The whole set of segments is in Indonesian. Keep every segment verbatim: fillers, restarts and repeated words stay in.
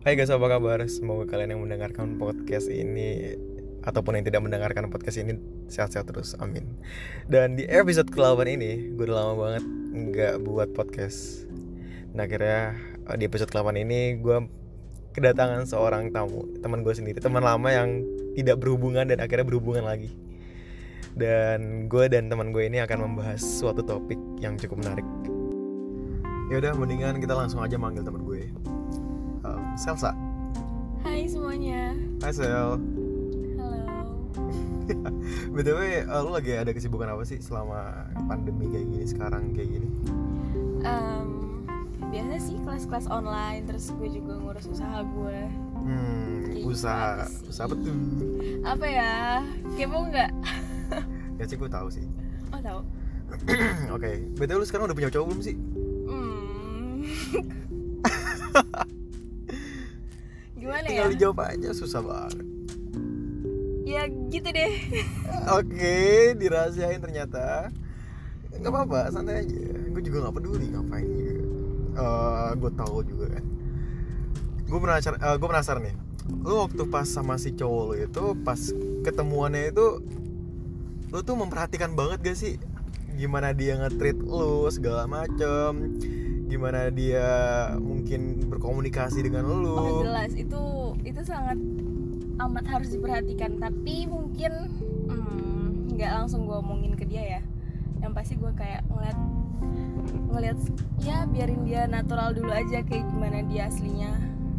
Hai guys, apa kabar? Semoga kalian yang mendengarkan podcast ini ataupun yang tidak mendengarkan podcast ini sehat-sehat terus, amin. Dan di episode ke delapan ini, gue udah lama banget nggak buat podcast. Nah akhirnya di episode ke delapan ini gue kedatangan seorang tamu, teman gue sendiri, teman lama yang tidak berhubungan dan akhirnya berhubungan lagi. Dan gue dan teman gue ini akan membahas suatu topik yang cukup menarik. Ya udah, mendingan kita langsung aja manggil teman gue. Um, Selsa. Hai semuanya. Hai Sel. Halo. B T W, uh, lu lagi ada kesibukan apa sih selama pandemi kayak gini, sekarang kayak gini? Um, biasa sih kelas-kelas online, terus gue juga ngurus usaha gue. Hmm, Kayak usaha, gimana sih? usaha apa tuh? Apa ya? Kepo nggak? Ya sih gue tahu sih. Oh tahu. Oke, B T W lu sekarang udah punya cowok belum sih? Hmm. Gimana Tinggal ya? dijawab aja, susah banget. Ya gitu deh. Oke, dirahasiain ternyata. Gak apa-apa, santai aja. Gue juga gak peduli ngapain juga. Uh, gue tahu juga kan. Gue penasaran, uh, gue penasaran nih. Lu waktu pas sama si cowok lu itu, pas ketemuannya itu, lu tuh memperhatikan banget gak sih gimana dia nge-treat lu segala macem, gimana dia mungkin berkomunikasi dengan lu? Oh jelas itu itu sangat amat harus diperhatikan. Tapi mungkin hmm, nggak langsung gue omongin ke dia ya. Yang pasti gue kayak ngeliat ngeliat ya biarin dia natural dulu aja kayak gimana dia aslinya.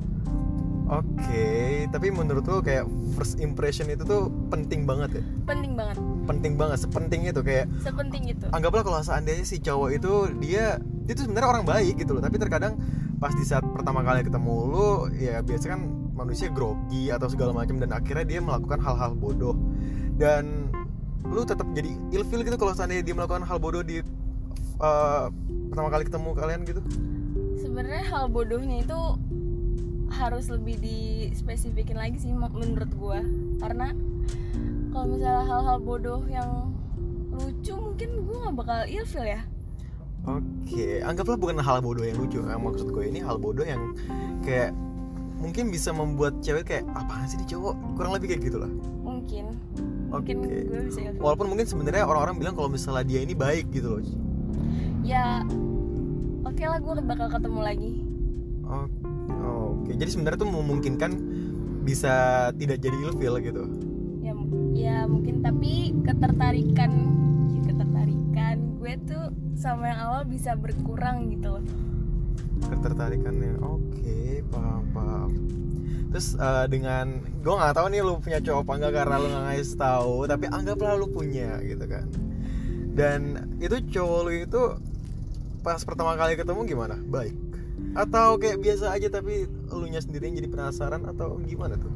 Oke, tapi menurut lo kayak first impression itu tuh penting banget ya? Penting banget. Penting banget, sepenting itu kayak. Sepenting itu. Anggaplah kalau seandainya si cowok itu dia dia tuh sebenarnya orang baik gitu loh, tapi terkadang pas di saat pertama kali ketemu lo, ya biasa kan manusia grogi atau segala macam dan akhirnya dia melakukan hal-hal bodoh. Dan lu tetap jadi ilfil gitu kalau seandainya dia melakukan hal bodoh di uh, pertama kali ketemu kalian gitu. Sebenarnya hal bodohnya itu harus lebih dispesifikin lagi sih menurut gue, karena kalau misalnya hal-hal bodoh yang lucu mungkin gue nggak bakal ilfil ya. Oke, anggaplah bukan hal bodoh yang lucu. Nah, maksud gue ini hal bodoh yang kayak mungkin bisa membuat cewek kayak apaan sih nih cowok, kurang lebih kayak gitulah. Mungkin Oke. mungkin gue bisa ilfil. Walaupun mungkin sebenarnya orang-orang bilang kalau misalnya dia ini baik gitu loh. Ya oke lah, gue bakal ketemu lagi. Oh, oke. Jadi sebenarnya tuh memungkinkan bisa tidak jadi ilfil gitu. Ya ya mungkin, tapi ketertarikan ya ketertarikan gue tuh sama yang awal bisa berkurang gitu loh. Ketertarikannya, oke, paham paham. Terus uh, dengan gue nggak tahu nih lu punya cowok apa enggak karena lu nggak ngasih tahu, tapi anggaplah lu punya gitu kan. Dan itu cowok lu itu pas pertama kali ketemu gimana? Baik? Atau kayak biasa aja tapi elunya sendiri yang jadi penasaran atau gimana tuh?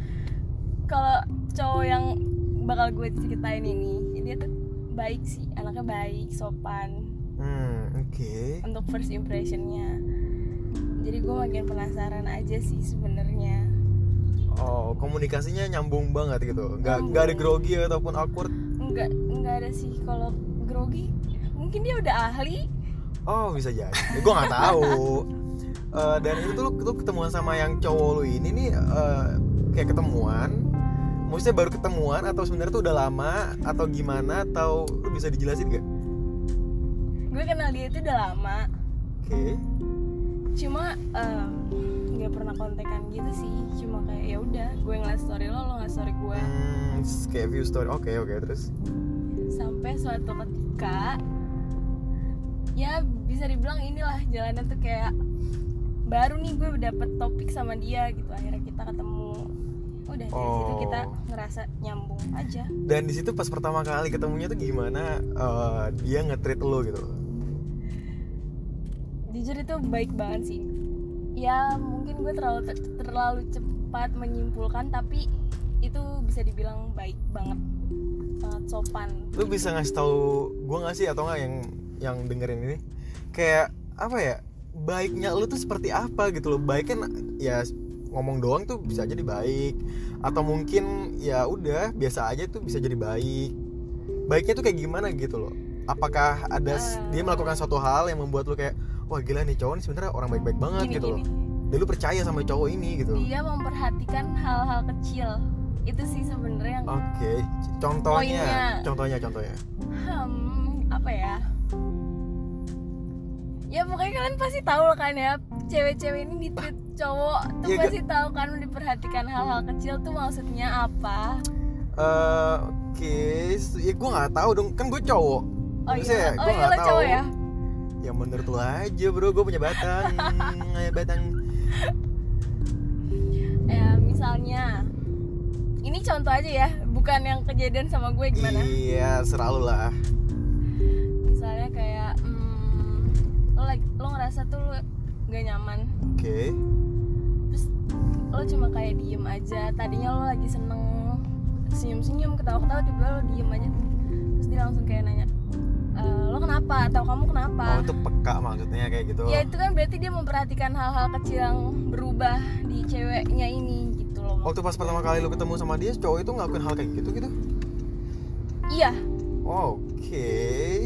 Kalau cowok yang bakal gue ceritain ini, dia tuh baik sih, anaknya baik, sopan. Hmm, oke. Okay. Untuk first impressionnya, jadi gue makin penasaran aja sih sebenarnya. Oh, komunikasinya nyambung banget gitu, nggak Nyambung. nggak ada grogi ataupun awkward? Enggak, enggak ada sih. Kalau grogi, mungkin dia udah ahli. Oh, bisa jadi. Ya, gue nggak tahu. Uh, dan itu tuh lu, lu ketemuan sama yang cowok lu ini nih uh, kayak ketemuan, maksudnya baru ketemuan atau sebenarnya tuh udah lama atau gimana, atau lu bisa dijelasin gak? Gue kenal dia itu udah lama. Oke. Okay. Cuma nggak um, pernah kontekan gitu sih. Cuma kayak ya udah, gue ngeliat story lo, lo ngeliat story gue. Hmm, kayak view story. Oke okay, oke okay, terus. Sampai suatu ketika, ya bisa dibilang inilah jalannya tuh kayak baru nih gue dapet topik sama dia gitu. Akhirnya kita ketemu. Udah dari Oh. situ kita ngerasa nyambung aja. Dan di situ pas pertama kali ketemunya tuh gimana uh, dia nge-treat lo gitu? Jujur itu baik banget sih. Ya mungkin gue terlalu terlalu cepat menyimpulkan, tapi itu bisa dibilang baik banget, sangat sopan. Lu bisa ngasih tahu gue nggak sih atau nggak yang yang dengerin ini kayak apa ya, baiknya lu tuh seperti apa gitu loh? Baik kan ya ngomong doang tuh bisa jadi baik, atau mungkin ya udah biasa aja tuh bisa jadi baik. Baiknya tuh kayak gimana gitu loh? Apakah ada uh, dia melakukan suatu hal yang membuat lu kayak wah gila nih cowok nih sebenarnya orang baik-baik banget gini, gitu gini. loh? dan lu percaya sama cowok ini gitu. Dia memperhatikan hal-hal kecil. Itu sih sebenarnya yang Oke, contohnya, Poinnya. contohnya, contohnya. hmm, apa ya? Ya pokoknya kalian pasti tahu lah kan ya, cewek-cewek ini di-treat cowok tuh Iya, pasti tahu kan diperhatikan hal-hal kecil tuh maksudnya apa. Eh, Oke, ya gue nggak tahu dong, kan gue cowok. Oh Maksudnya iya, gua oh iya nggak lo tahu. cowok ya? Ya menurut lu aja bro, gue punya batang, kayak batang. Ya misalnya, ini contoh aja ya, bukan yang kejadian sama gue gimana? Iya, selalu lah. Misalnya kayak, hmm, lo lagi, lo ngerasa tuh lo gak nyaman, Oke. terus lo cuma kayak diem aja. Tadinya lo lagi seneng, senyum-senyum, ketawa-ketawa, tiba-tiba lo diem aja, terus dia langsung kayak nanya, e, lo kenapa? Atau kamu kenapa? Oh, itu peka maksudnya kayak gitu. Ya itu kan berarti dia memperhatikan hal-hal kecil yang berubah di ceweknya ini gitu loh. Waktu pas pertama kali lu ketemu sama dia, cowok itu ngelakuin hal kayak gitu gitu? Iya. Oke.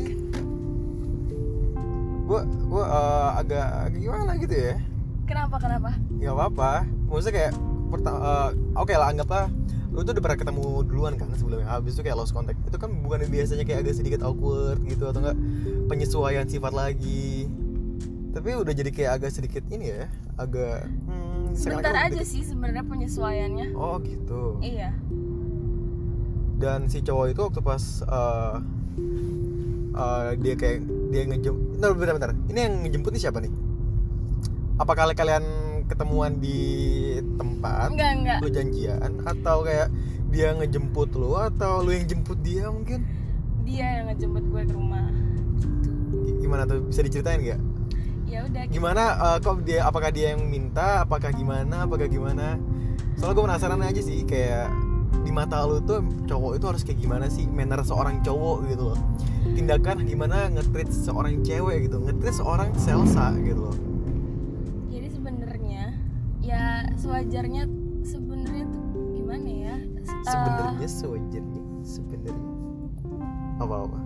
Gua gua eh, agak agak gimana gitu ya? Kenapa kenapa? Gak apa-apa. Maksudnya kayak pertama, eh, oke lah anggaplah lu tuh udah pernah ketemu duluan kan sebelumnya. Habis itu kayak lost contact. Itu kan bukan biasanya kayak agak sedikit awkward gitu atau enggak penyesuaian sifat lagi. Tapi udah jadi kayak agak sedikit ini ya, agak hmm, Sebentar sekarang aja dikit- sih sebenarnya penyesuaiannya. Oh gitu. Iya. Dan si cowok itu waktu pas uh, uh, dia kayak dia ngejemput, bentar, bentar, bentar. Ini yang ngejemput nih siapa nih? Apakah kalian ketemuan di tempat, Enggak enggak. lu janjian, atau kayak dia ngejemput lu, atau lu yang jemput dia mungkin? Dia yang ngejemput gue ke rumah. Gitu. G- Gimana tuh, bisa diceritain nggak? Ya udah. Gimana? Uh, kok dia? Apakah dia yang minta? Apakah gimana? Apakah gimana? Soalnya gue penasaran aja sih, kayak di mata lu tuh cowok itu harus kayak gimana sih manner seorang cowok gitu loh, tindakan gimana nge-treat seorang cewek gitu, nge-treat seorang salsa gitu loh. Jadi sebenarnya ya sewajarnya sebenarnya tuh gimana ya? S- Sebenarnya sewajarnya sebenarnya apa-apa.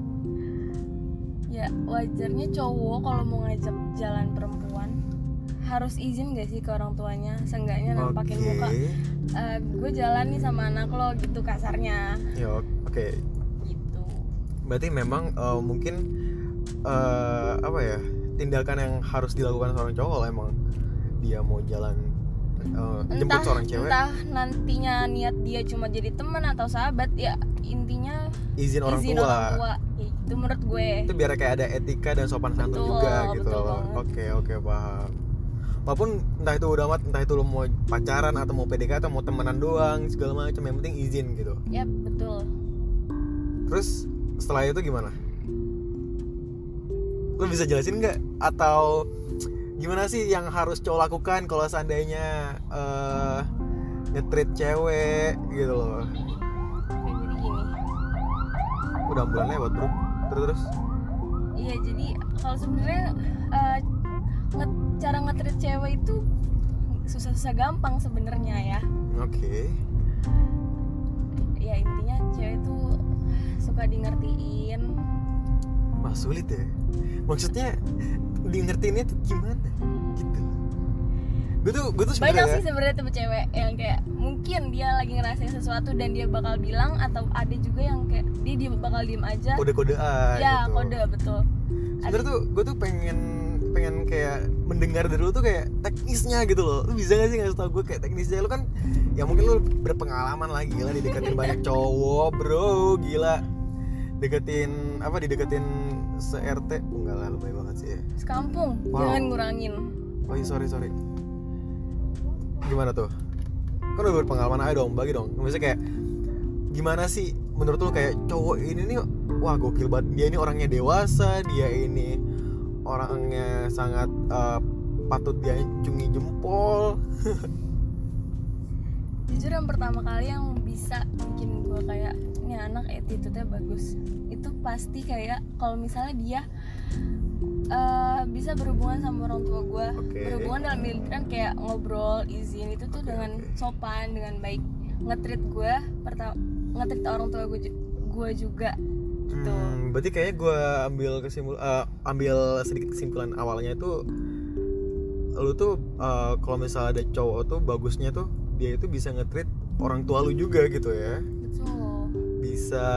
Ya wajarnya cowok kalau mau ngajak jalan perempuan harus izin gak sih ke orang tuanya, seenggaknya nampakin Oke. muka, "Eh, gue jalan nih sama anak lo," gitu kasarnya Ya oke. gitu. Berarti memang uh, mungkin uh, apa ya, tindakan yang harus dilakukan seorang cowok kalau emang dia mau jalan uh, jemput Entah seorang cewek, entah nantinya niat dia cuma jadi teman atau sahabat, ya intinya izin orang izin tua. orang tua. Ya, itu menurut gue. Itu biar kayak ada etika dan sopan santun Betul, juga gitu. betul banget. Oke oke paham. Walaupun entah itu udah amat, entah itu lo mau pacaran atau mau P D K T atau mau temenan doang segala macam, yang penting izin gitu. Ya betul. Terus setelah itu gimana? Lo bisa jelasin nggak? Atau gimana sih yang harus cowok lakukan kalau seandainya uh, nge-treat cewek gitu loh? Kayak jadi gini. Udah ambulan lewat bro. Terus terus. Iya, jadi kalau sebenarnya eh, nge- cara nge-treat cewek itu susah-susah gampang sebenarnya ya. Oke. Ya intinya cewek tuh suka di ngertiin. Wah sulit ya. Maksudnya di ngertiinnya tuh gimana? Gitu. Gue tuh gue tuh Banyak sebenarnya sih sebenarnya tuh cewek yang kayak mungkin dia lagi ngerasain sesuatu dan dia bakal bilang, atau ada juga yang kayak dia, dia bakal diem aja. kode-kodean Ya gitu. kode betul. Sebenarnya tuh gue tuh pengen pengen kayak mendengar dari lu tuh kayak teknisnya gitu loh. Lu bisa gak sih ngasih tau gue kayak teknisnya? Lu kan ya mungkin lu berpengalaman lah, gila dideketin banyak cowok bro, gila deketin apa dideketin se-R T. Enggak lah, lebay banget sih ya. Sekampung, Wow. jangan ngurangin. Oh iya sorry sorry. Gimana tuh? Kan udah berpengalaman, ayo dong bagi dong. Maksudnya kayak gimana sih menurut lu kayak cowok ini nih, wah gokil banget, dia ini orangnya dewasa, dia ini orangnya sangat uh, patut dia acungi jempol. Jujur yang pertama kali yang bisa bikin gue kayak ini anak attitude-nya bagus, itu pasti kayak kalau misalnya dia uh, bisa berhubungan sama orang tua gue. Oke. Berhubungan dalam artian kayak ngobrol, izin, itu tuh Oke, dengan oke. sopan, dengan baik, nge-treat gue pertama, nge-treat orang tua gue gue juga gitu. Hmm, berarti kayaknya gue ambil kesimpul uh, ambil sedikit kesimpulan awalnya itu lu tuh uh, kalau misalnya ada cowok tuh bagusnya tuh dia itu bisa nge-treat orang tua lu juga gitu ya. Betul. Bisa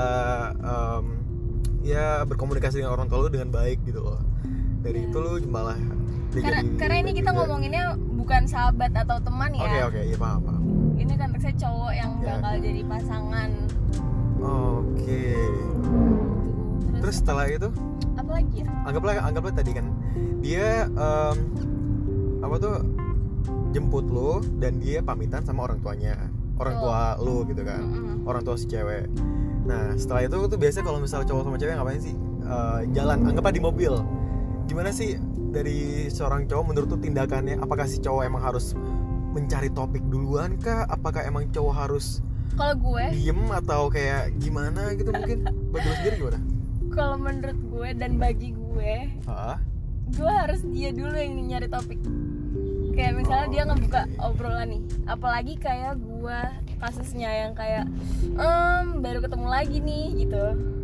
um, ya berkomunikasi dengan orang tua lu dengan baik gitu loh. Dari Ya. itu lu malah Karena karena ini kita ngomonginnya bukan sahabat atau teman ya. Oke okay, oke, okay, iya paham paham. Ini konteksnya cowok yang Ya. bakal jadi pasangan. Oke. Okay. Terus, Terus setelah itu apa lagi ya? anggaplah anggaplah tadi kan dia um, apa tuh jemput lu dan dia pamitan sama orang tuanya, orang Betul. tua lu gitu kan, Mm-mm. orang tua si cewek. Nah setelah itu tuh biasanya kalau misalnya cowok sama cewek ngapain sih? Uh, jalan, anggaplah di mobil. Gimana sih dari seorang cowok menurut tuh tindakannya? Apakah si cowok emang harus mencari topik duluan kah? Apakah emang cowok harus Kalau gue, diem atau kayak gimana gitu mungkin? Bagi lu sendiri gimana? kalau menurut gue dan bagi gue, Hah? gue harus dia dulu yang nyari topik. Kayak misalnya Oh, dia ngebuka oke. obrolan nih, apalagi kayak gue kasusnya yang kayak em baru ketemu lagi nih gitu.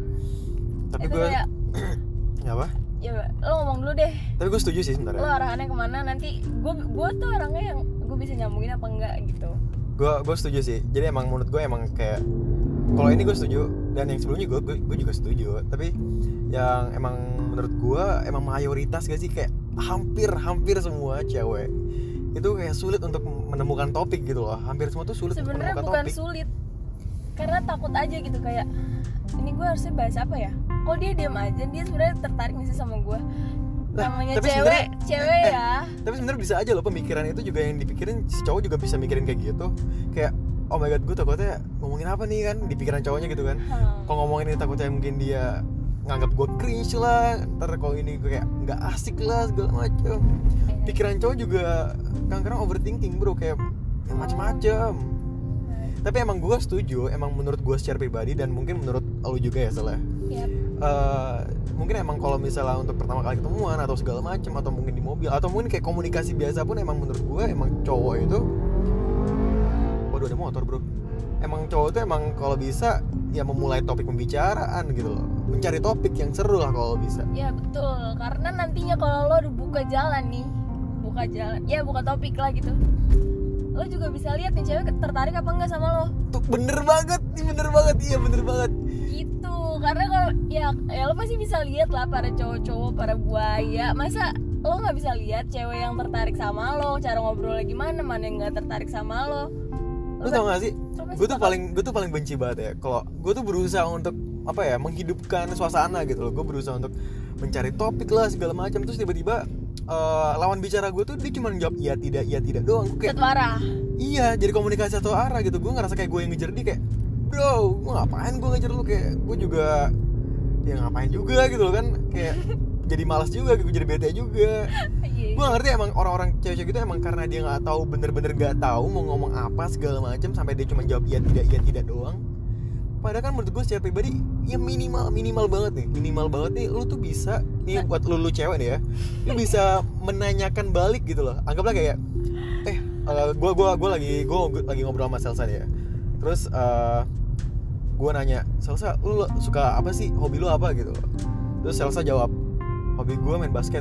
Tapi Itu gue kayak apa? ya lo ngomong dulu deh, Tapi gue setuju sih lo sebenarnya. arahannya kemana, nanti gue gue tuh orangnya yang gue bisa nyambungin apa enggak gitu. Gue gue setuju sih. Jadi emang menurut gue emang kayak kalau ini gue setuju dan yang sebelumnya gue gue, gue juga setuju. Tapi yang emang menurut gue emang mayoritas gak sih kayak hampir hampir semua cewek itu kayak sulit untuk menemukan topik gitu loh. Hampir semua tuh sulit untuk Sebenarnya menemukan bukan topik. sulit, karena takut aja gitu kayak ini gue harusnya bahas apa ya? Kok dia diam aja, dia sebenarnya tertarik nih sih sama gue. Lah, Namanya tapi cewek, sebenarnya- cewek eh, ya. Tapi sebenarnya bisa aja loh pemikiran itu juga yang dipikirin si cowok juga bisa mikirin kayak gitu. Kayak oh my god, gue takutnya ngomongin apa nih kan di pikiran cowoknya gitu kan. Hmm. Kalau ngomongin ini takutnya mungkin dia nganggap gue cringe lah, ntar kalau ini gue kayak nggak asik lah segala macem. Pikiran cowok juga kadang-kadang overthinking bro, kayak yang macem-macem. Tapi emang gue setuju, emang menurut gue secara pribadi dan mungkin menurut lu juga ya salah. Yap. Uh, mungkin emang kalau misalnya untuk pertama kali ketemuan atau segala macem atau mungkin di mobil atau mungkin kayak komunikasi biasa pun emang menurut gue emang cowok itu, waduh ada motor bro. Emang cowok itu emang kalau bisa ya memulai topik pembicaraan gitu loh, mencari topik yang seru lah kalau bisa. Ya betul, karena nantinya kalau lo udah buka jalan nih, buka jalan, ya buka topik lah gitu, lo juga bisa lihat nih cewek tertarik apa enggak sama lo. Tuh bener banget, bener banget, iya bener banget. Gitu, karena kalau ya, ya lo pasti bisa lihat lah para cowok-cowok, para buaya. Masa lo nggak bisa lihat cewek yang tertarik sama lo, cara ngobrolnya gimana, mana yang nggak tertarik sama lo. Lu tau gak sih, lo pasti gue tuh bakal- paling gue tuh paling benci banget ya kalau gue tuh berusaha untuk apa ya menghidupkan suasana gitu loh. Gue berusaha untuk mencari topik lah segala macam, terus tiba-tiba uh, lawan bicara gue tuh dia cuma jawab iya tidak iya tidak doang. Gue kayak satu arah. iya, jadi komunikasi satu arah gitu. Gue ngerasa kayak gue yang ngejar dia, kayak bro gue ngapain gue ngejar lu, kayak gue juga ya ngapain juga gitu loh kan, kayak jadi malas juga, gue jadi bete juga. Iya. Gue gak ngerti emang orang-orang cewek-cewek gitu emang karena dia nggak tahu, bener-bener nggak tahu mau ngomong apa segala macam sampai dia cuma jawab iya tidak iya tidak doang. Padahal kan menurut gue secara pribadi ya minimal minimal banget nih minimal banget nih lu tuh bisa nih buat lu lu cewek nih ya, lu bisa menanyakan balik gitu loh. Anggaplah kayak eh uh, gue gua gua lagi gue lagi ngobrol sama Selsa nih ya, terus uh, gue nanya Selsa lu suka apa sih, hobi lu apa gitu. Terus Selsa jawab hobi gue main basket.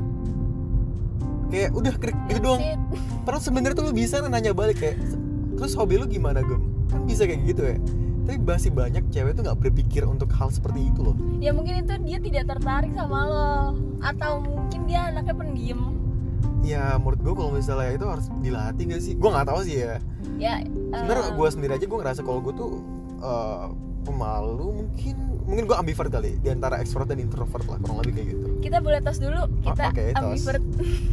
Kayak udah krik gitu That's doang. it. Padahal sebenarnya tuh lu bisa nanya balik kayak terus hobi lu gimana Gem? Kan bisa kayak gitu ya. Tapi masih banyak cewek tuh nggak berpikir untuk hal seperti itu loh. Ya mungkin itu dia tidak tertarik sama lo, atau mungkin dia anaknya pendiam. Ya menurut gue kalau misalnya itu harus dilatih gak sih? Gue nggak tahu sih ya. Ya Sebenarnya eh, gue sendiri aja gue ngerasa kalau gue tuh uh, pemalu, mungkin mungkin gue ambivert kali, di antara extrovert dan introvert lah kurang lebih kayak gitu. kita boleh tos dulu, kita oke, tos. ambivert.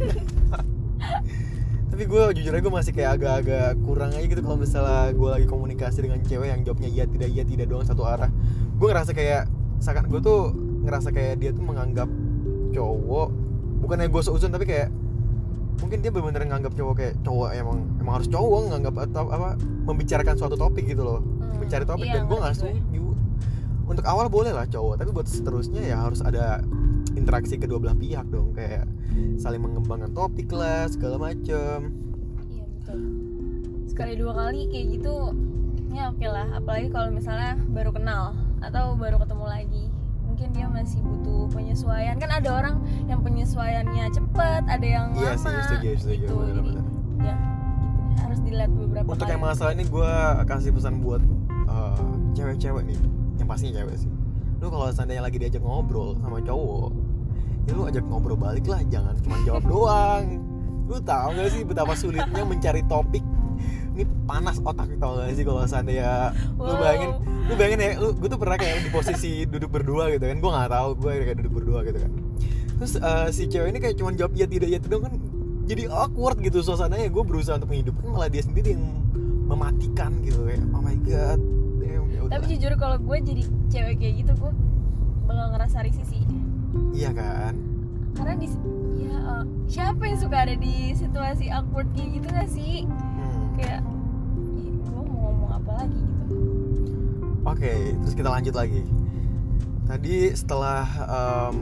Tapi gue jujur aja gue masih kayak agak-agak kurang aja gitu kalau misalnya gue lagi komunikasi dengan cewek yang jawabnya iya tidak iya tidak doang satu arah. Gue ngerasa kayak seakan gue tuh ngerasa kayak dia tuh menganggap cowok, bukannya gue seuzon tapi kayak mungkin dia benar-benar nganggap cowok kayak cowok emang emang harus cowok nganggap atau apa membicarakan suatu topik gitu loh, Hmm, mencari topik. iya, Dan gue nggak ngerti gue. setuju. Untuk awal boleh lah cowok, tapi buat seterusnya ya harus ada interaksi kedua belah pihak dong, kayak saling mengembangkan topik lah segala macem. Iya betul. Sekali dua kali kayak gitu, ya oke lah. Apalagi kalau misalnya baru kenal atau baru ketemu lagi, mungkin mungkin dia masih butuh penyesuaian. Kan ada orang yang penyesuaiannya cepat, ada yang Iya lama. sih, setuju, setuju, gitu. bener, Jadi bener. ya gitu, harus dilihat beberapa Untuk kali. yang masalah ini gue kasih pesan buat uh, cewek-cewek nih, yang pastinya cewek sih. Lu kalau seandainya lagi diajak ngobrol sama cowok, ya lu ajak ngobrol balik lah, jangan cuma jawab doang. Lu tahu gak sih betapa sulitnya mencari topik? Ini panas otak, tau gak sih kalau seandainya lu Wow. bayangin, lu bayangin ya, lu gue tuh pernah kayak di posisi duduk berdua gitu kan, gue nggak tahu, gue kayak duduk berdua gitu kan. Terus uh, si cewek ini kayak cuma jawab iya tidak iya tidak kan, jadi awkward gitu suasananya. Gue berusaha untuk menghidupkan, malah dia sendiri yang mematikan gitu kayak oh my god. Damn, ya udah. Tapi jujur kalau gue jadi cewek kayak gitu, gue bakal ngerasa risih sih. Iya kan? Karena di ya eh, siapa yang suka ada di situasi awkward kayak gitu gak sih? Hmm. Kayak ih, lo mau ngomong apa lagi gitu. Oke, terus kita lanjut lagi. Tadi setelah um,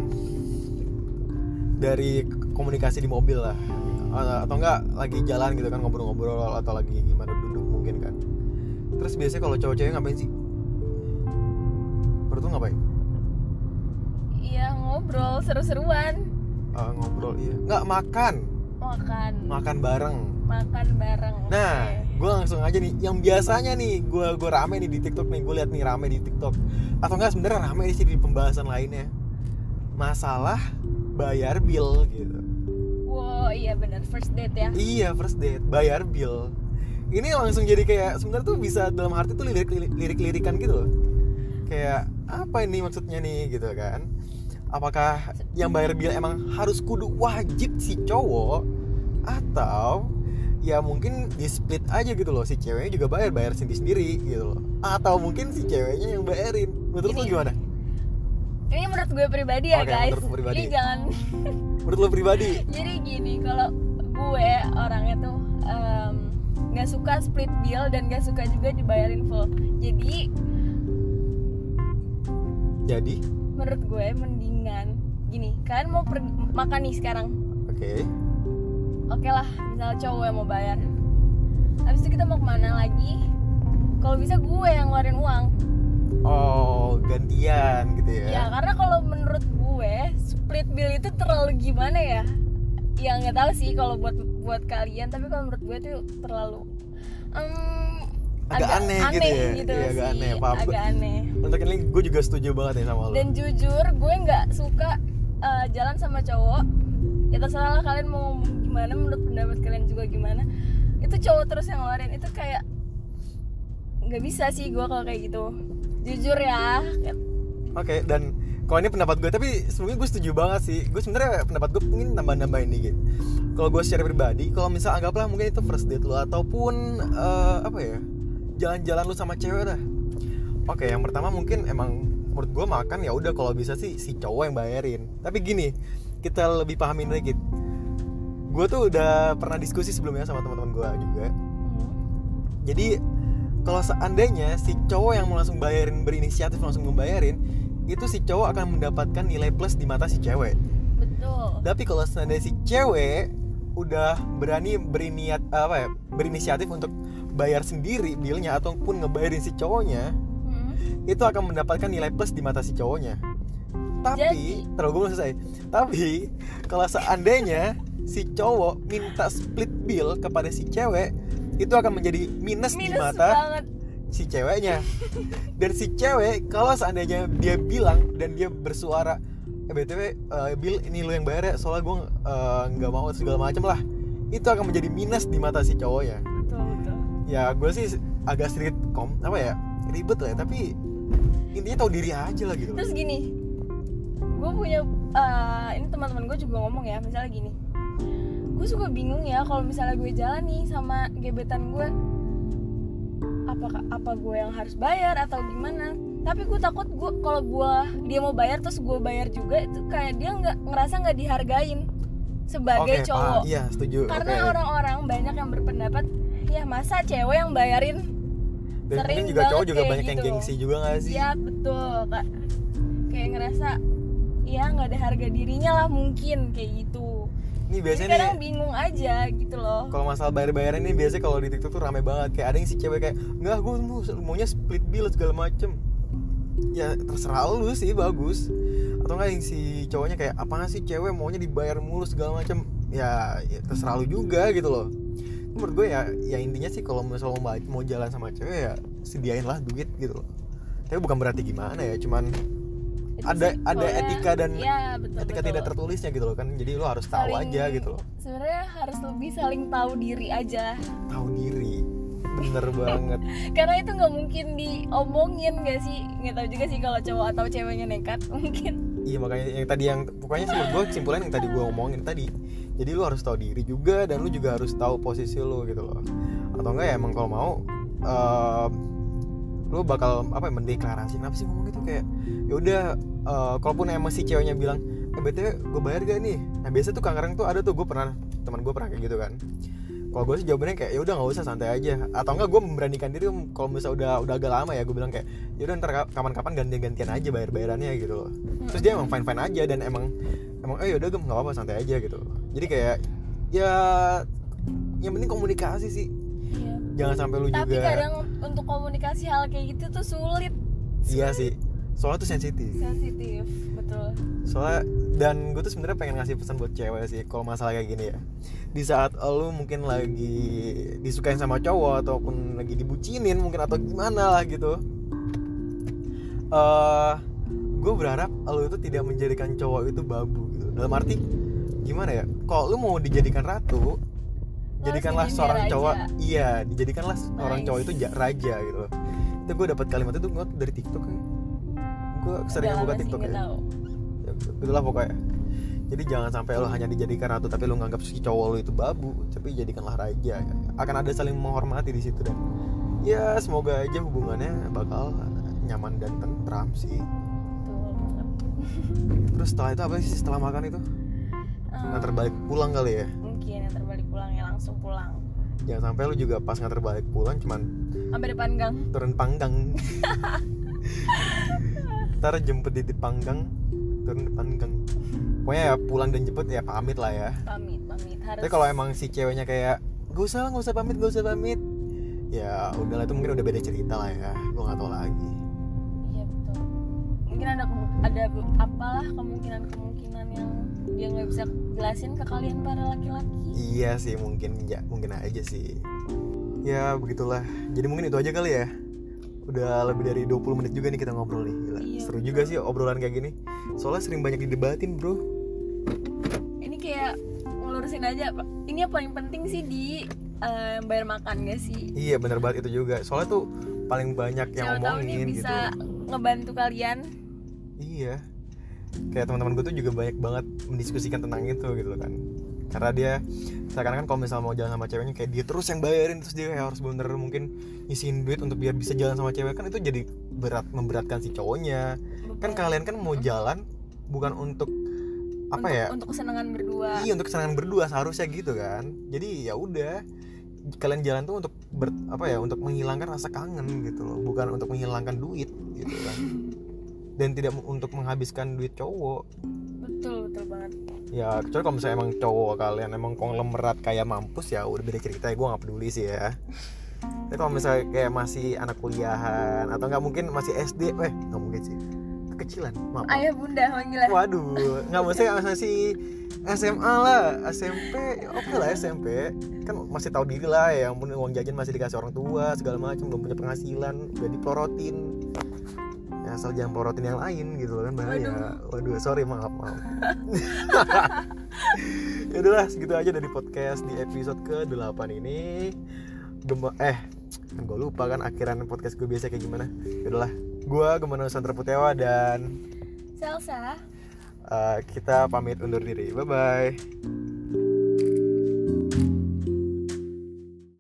dari komunikasi di mobil lah, atau enggak lagi jalan gitu kan, ngobrol-ngobrol atau lagi gimana duduk mungkin kan. Terus biasanya kalau cowok-cewek ngapain sih? Menurut lu ngapain? Iya ngobrol seru-seruan, Uh, ngobrol iya. Nggak makan, makan, makan bareng. makan bareng. Nah, Oke. gue langsung aja nih, yang biasanya nih gue gue rame nih di TikTok nih, gue liat nih rame di TikTok, atau enggak sebenarnya rame sih di pembahasan lainnya, masalah bayar bill gitu. Wow, iya benar, first date ya. Iya, first date bayar bill. Ini langsung jadi kayak sebenarnya tuh bisa dalam arti tuh lirik lirik lirikan gitu loh. Kayak apa ini maksudnya nih gitu kan? Apakah yang bayar bill emang harus kudu wajib si cowok, atau ya mungkin di split aja gitu loh, si ceweknya juga bayar bayar sendiri sendiri gitu loh, atau mungkin si ceweknya yang bayarin. Menurut lo Ini- gimana? Ini menurut gue pribadi ya Oke, guys. menurut lo pribadi. Ini jangan. Menurut lo pribadi? Jadi gini, kalau gue orangnya tuh em, nggak suka split bill dan nggak suka juga dibayarin full. Jadi Jadi, menurut gue mendingan gini, kalian mau pergi makan nih sekarang, oke. oke lah, misal cowok yang mau bayar, habis itu kita mau kemana lagi, kalau bisa gue yang ngeluarin uang. Oh, gantian gitu ya? Ya karena kalau menurut gue split bill itu terlalu gimana ya, ya nggak tahu sih kalau buat buat kalian, tapi kalau menurut gue tuh terlalu em, Agak aneh gitu ya? gitu Iya, agak sih, aneh, paham. agak aneh. Untuk ini gue juga setuju banget nih sama lo. Dan jujur gue nggak suka uh, jalan sama cowok. Ya terserah lah kalian mau ngomong gimana, menurut pendapat kalian juga gimana. Itu cowok terus yang ngeluarin, itu kayak nggak bisa sih gue kalau kayak gitu. Jujur ya. Oke, dan kalau ini pendapat gue, tapi sebelumnya gue setuju banget sih. Gue sebenarnya pendapat gue mungkin nambah-nambahin dikit. Kalau gue secara pribadi, kalau misal anggaplah mungkin itu first date lo, ataupun uh, apa ya, jalan-jalan lu sama cewek dah. Oke, yang pertama mungkin emang menurut gue makan ya udah kalau bisa sih si cowok yang bayarin. Tapi gini, kita lebih pahamin dikit. Gue tuh udah pernah diskusi sebelumnya sama teman-teman gue juga. Hmm. Jadi kalau seandainya si cowok yang mau langsung bayarin, berinisiatif langsung membayarin, itu si cowok akan mendapatkan nilai plus di mata si cewek. Betul. Tapi kalau seandainya si cewek udah berani beriniat apa ya, berinisiatif untuk bayar sendiri billnya ataupun ngebayarin si cowoknya, Hmm. itu akan mendapatkan nilai plus di mata si cowoknya. Tapi, Jadi- terus gue belum selesai. Tapi kalau seandainya si cowok minta split bill kepada si cewek, itu akan menjadi minus, di Minus mata banget. si ceweknya. Dan si cewek kalau seandainya dia bilang dan dia bersuara, eh btw uh, bill ini lo yang bayar ya, soalnya gue uh, nggak mau segala macam lah, itu akan menjadi minus di mata si cowoknya. Betul, betul. Ya gue sih agak sedikit kom apa ya, ribet lah ya, tapi intinya tahu diri aja lah gitu. Terus gini, gue punya uh, ini teman-teman gue juga ngomong ya, misalnya gini, gue suka bingung ya kalau misalnya gue jalan nih sama gebetan gue, apakah apa gue yang harus bayar atau gimana? Tapi gue takut gue kalau gue dia mau bayar terus gue bayar juga, itu kayak dia nggak ngerasa nggak dihargain sebagai Oke, cowok. Pak. Iya, setuju. Karena Oke. orang-orang banyak yang berpendapat, ya masa cewek yang bayarin. Dan Sering mungkin juga cowok banget juga kayak banyak yang gitu. gengsi juga nggak sih? Iya betul kak, kayak ngerasa ya nggak ada harga dirinya lah mungkin kayak gitu. Ini Jadi biasanya kadang nih, bingung aja gitu loh. kalau masalah bayar-bayaran ini biasanya kalau di TikTok tuh rame banget. Kayak ada yang si cewek kayak, nggak, gue mau maunya split bill segala macem. Ya terserah lu sih, bagus. atau enggak yang si cowoknya kayak apaan sih cewek maunya dibayar mulu segala macam, ya, ya terserah lu juga gitu loh. Menurut gue ya ya intinya sih kalau misalnya mau, mau jalan sama cewek ya sediain lah duit gitu loh. Tapi bukan berarti gimana ya, cuman Itu ada sih, ada pokoknya, etika dan ya, betul, etika betul. tidak tertulisnya gitu loh kan. Jadi lo harus tahu Saling- aja gitu loh. Sebenarnya harus lebih saling tahu diri aja. Tahu diri. Bener banget. Karena itu nggak mungkin diomongin gak sih? Nggak tahu juga sih kalau cowok atau ceweknya nekat mungkin. Iya makanya yang tadi yang pokoknya sih menurut gue kesimpulan yang tadi gue omongin tadi. Jadi lu harus tahu diri juga dan lu juga harus tahu posisi lu gitu loh. Atau enggak ya emang kalau mau uh, lu bakal apa ya, mendeklarasi apa sih ngomong gitu kayak ya udah uh, kalaupun emang si ceweknya bilang eh btw gue bayar gak nih. Nah biasa tuh kadang tuh ada tuh gue pernah teman gue pernah kayak gitu kan. Kalau gue sih jawabannya kayak ya udah nggak usah santai aja. Atau enggak gue memberanikan diri kalau misalnya udah udah agak lama ya gue bilang kayak ya udah ntar kapan-kapan ganti-gantian aja bayar-bayarannya gitu loh. Terus dia emang fine-fine aja dan emang emang eh yaudah gue nggak apa-apa santai aja gitu. Jadi kayak ya yang penting komunikasi sih. Iya. Jangan sampai lu Tapi juga. kadang untuk komunikasi hal kayak gitu tuh sulit. Iya sih. Soalnya tuh sensitif. Sensitif, betul. Soalnya dan gue tuh sebenarnya pengen ngasih pesan buat cewek sih kalau masalah kayak gini ya. Di saat lu mungkin lagi disukain sama cowok ataupun lagi dibucinin mungkin atau gimana lah gitu. Eh uh, gue berharap lu itu tidak menjadikan cowok itu babu gitu. Dalam arti gimana ya? Kalau lu mau dijadikan ratu, jadikanlah jadi seorang raja. cowok, iya, dijadikanlah seorang Nice. cowok itu ja- raja gitu. Itu gue dapat kalimat itu gue dari TikTok ya. Gue sering Udah buka lama sih, TikTok nggak ya. tahu. Ya, itulah pokoknya. Jadi jangan sampai lo hanya dijadikan ratu tapi lo nganggap si cowok lo itu babu, tapi jadikanlah raja. Akan ada saling menghormati di situ dan ya semoga aja hubungannya bakal nyaman dan tentram sih. Betul banget. Terus setelah itu apa sih setelah makan itu? Hmm, Nganter balik pulang kali ya. Mungkin yang terbalik pulang ya langsung pulang. Jangan sampai lo juga pas nganter balik pulang cuman Sampai depan gang. turun panggang. Ntar jemput di panggang, turun depan gang. Pokoknya ya pulang dan jemput ya pamit lah ya. Pamit, pamit harus. Tapi kalau emang si ceweknya kayak gak usah, gak usah pamit, gak usah pamit, ya udahlah itu mungkin udah beda cerita lah ya. Gue nggak tahu lagi. Iya betul. Mungkin ada ada apalah kemungkinan-kemungkinan yang dia nggak bisa jelasin ke kalian para laki-laki. Iya sih mungkin ya mungkin aja sih. Ya begitulah. Jadi mungkin itu aja kali ya. Udah lebih dari dua puluh menit juga nih kita ngobrol nih. Gila. Iya, Seru betul. juga sih obrolan kayak gini. Soalnya sering banyak didebatin bro. Ini kayak ngelurusin aja. Ini yang paling penting sih di eh, bayar makan gak sih? Iya bener banget itu juga. Soalnya tuh paling banyak yang Siapa tahu nih ngomongin bisa gitu. ngebantu kalian. Iya. Kayak teman-teman gue tuh juga banyak banget mendiskusikan tentang itu gitu kan. Karena dia seakan-akan kalau misalnya mau jalan sama ceweknya kayak dia terus yang bayarin, terus dia kayak harus bener mungkin ngisiin duit untuk biar bisa jalan sama cewek, kan itu jadi berat, memberatkan si cowoknya. Kan Bukan. kalian kan mau jalan bukan untuk apa untuk, ya? Untuk kesenangan berdua. Iya, untuk kesenangan berdua seharusnya gitu kan. Jadi ya udah, kalian jalan tuh untuk ber, apa ya? Untuk menghilangkan rasa kangen gitu loh, bukan untuk menghilangkan duit gitu kan. Dan tidak untuk menghabiskan duit cowok. Betul, betul banget. Ya kecuali kalau misalnya emang cowok kalian emang konglomerat kayak mampus ya udah beda cerita, gue nggak peduli sih ya. Tapi kalau misalnya kayak masih anak kuliahan atau nggak mungkin masih S D, eh nggak mungkin sih, kekecilan, maaf. Ayah bunda manggilnya. Waduh, nggak maksudnya masih S M A lah, S M P, oke lah S M P kan masih tahu diri lah ya, ampun uang jajan masih dikasih orang tua segala macam, belum punya penghasilan, udah dipelorotin. Ya, asal jangan pelorotin yang lain gitu loh kan bahaya. Waduh, sorry maaf maaf. Ya udahlah segitu aja dari podcast di episode ke delapan ini. Gema, eh kan gue lupa kan akhiran podcast gue biasa kayak gimana. Ya udahlah, gue Gemana Nusantara Putewa dan Salsa. uh, kita pamit undur diri. Bye bye.